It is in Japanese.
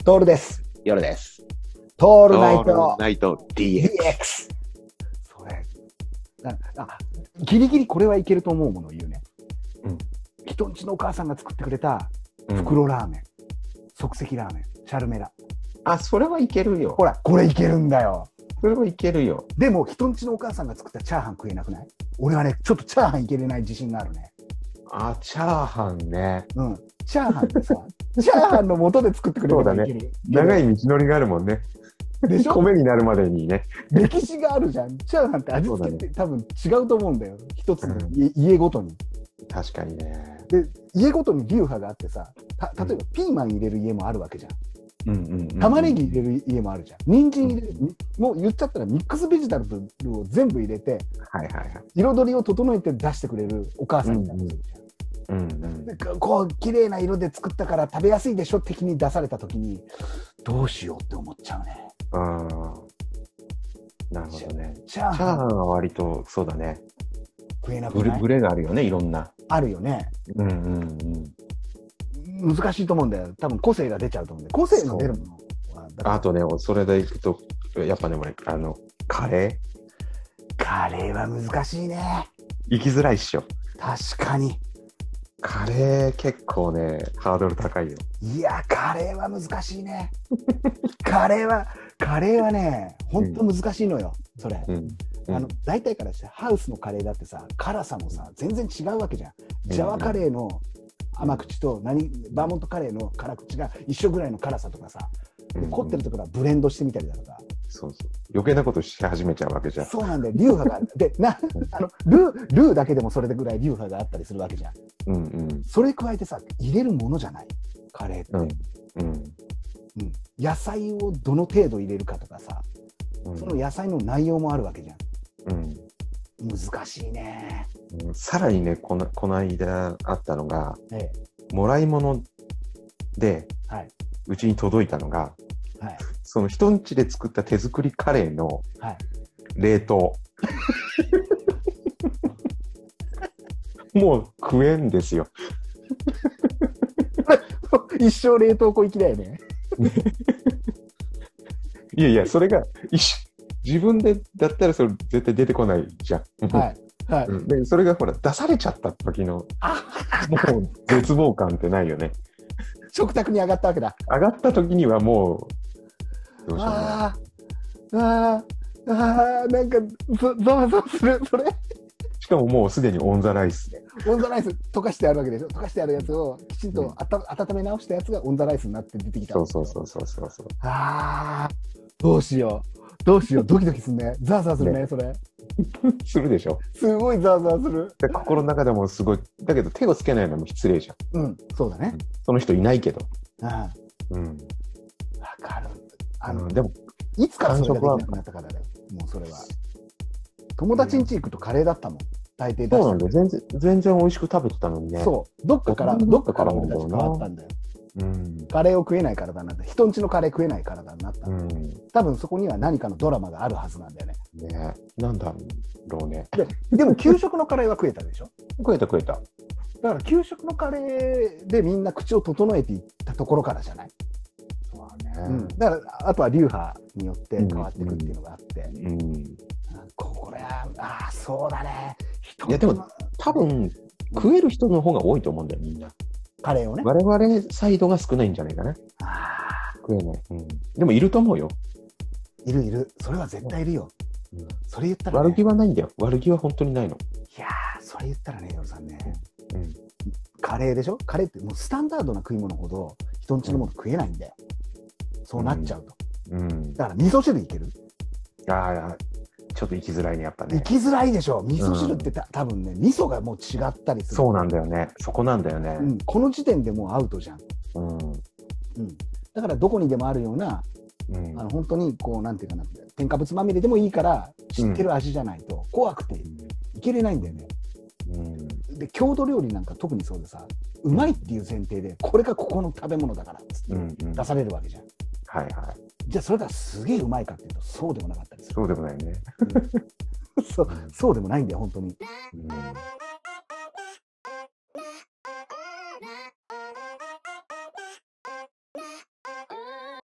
トールです。 夜です。 トールナイオールトナイト DX。 DX。 それ、ギリギリこれはいけると思うものを言うね。 うん。 人んちのお母さんが作ってくれたうん、 袋ラーメン、即席ラーメン、シャルメラ。 あ、それはいけるよ。 ほら、これいけるんだよ。 それはいけるよ。 でも、人んちのお母さんが作ったチャーハン食えなくない？俺はね、ちょっとチャーハンいけれない自信があるね。 あ、チャーハンね。 うん。チャーハンってさ、チャーハンの素で作ってくれればいける。 長い道のりがあるもんね。 でしょ？ 米になるまでにね。 歴史があるじゃん。チャーハンって味付けって多分違うと思うんだよ。一つの家ごとに。 確かにね。 で、家ごとに流派があってさ、例えばピーマン入れる家もあるわけじゃん。玉ねぎ入れる家もあるじゃん。人参入れる、もう言っちゃったらミックスベジタブルを全部入れて、 はいはいはい。 彩りを整えて出してくれるお母さんみたいなのするじゃん。でこう綺麗な色で作ったから食べやすいでしょ的に出された時にどうしようって思っちゃうね。 なるほどね。 チャーハンは割とそうだね。 食えなくない？ ブレがあるよね、いろんな。 あるよね。難しいと思うんだよ。多分個性が出ちゃうと思うんで。個性の出るものは。 あとね、それでいくと、やっぱね、カレーは難しいね。 行きづらいっしょ。 確かに。 カレー結構ね、ハードル高いよ。 いや、カレーは難しいね。カレーはね、ほんと難しいのよ、それ。大体からしてハウスのカレーだってさ、辛さもさ、全然違うわけじゃん。ジャワカレーの甘口とバーモントカレーの辛口が一緒ぐらいの辛さとかさ、凝ってるところはブレンドしてみたりだとか。 そうそう。余計なことし始めちゃうわけじゃん。 そうなんだよ。流派がある。で、ルーだけでもそれぐらい流派があったりするわけじゃん。それ加えてさ、入れるものじゃない。カレーって。野菜をどの程度入れるかとかさ、その野菜の内容もあるわけじゃん。難しいね。 さらにね、この間あったのが、もらい物で、うちに届いたのが、その人ん家で作った手作りカレーの冷凍。もう食えんですよ。 一生冷凍庫行きだよね。 いやいや、それが自分でだったらそれ絶対出てこないじゃん。でそれがほら出されちゃった時のもう絶望感ってないよね。 食卓に上がったわけだ。 上がった時にはもうどうしようもない。なんかざわざわするそれ。 しかももうすでにオンザライスで。 オンザライス溶かしてあるわけでしょ。溶かしてあるやつをきちんと温め直したやつがオンザライスになって出てきた。 そう。 どうしようドキドキするね。ザワザワするねそれ。 するでしょ。すごいザワザワする。 で心の中でもすごい。だけど手をつけないのも失礼じゃん。 そうだね。 その人いないけど。 わかる。 でもいつからそれができなくなったからだよ。もうそれは。友達ん家行くとカレーだったもん。大抵出して。 そうなんだよ。全然美味しく食べてたのにね。 そう。どっかから俺たち変わったんだよ。カレーを食えない体になった。人ん家のカレー食えない体になった。多分そこには何かのドラマがあるはずなんだよね。 なんだろうね。 でも給食のカレーは食えたでしょ。 食えた。だから給食のカレーでみんな口を整えていったところからじゃない。だからあとは流派によって変わっていくっていうのがあって。これはそうだね。 いやでも多分食える人の方が多いと思うんだよみんな。 カレーをね。 我々サイドが少ないんじゃないかな。食えない。でもいると思うよ。 いる。それは絶対いるよ。それ言ったら悪気はないんだよ。悪気は本当にないの。 いやー、それ言ったらね、ヨルさんね。カレーでしょ？カレーってもうスタンダードな食い物ほど人んちのもの食えないんだよ。そうなっちゃうと。だから味噌汁いける？ ちょっと行きづらいね、やっぱね。 行きづらいでしょ。味噌汁って多分ね、味噌がもう違ったりする。 そうなんだよね。そこなんだよね。 この時点でもうアウトじゃん。だからどこにでもあるような、本当にこう、なんていうかな、添加物まみれでもいいから知ってる味じゃないと怖くていけれないんだよね。で、郷土料理なんか特にそうでさ、うまいっていう前提で、これがここの食べ物だからって出されるわけじゃん。じゃあそれがすげえうまいかっていうとそうでもなかったりする。 そうでもないね。 そうでもないんだよ本当に。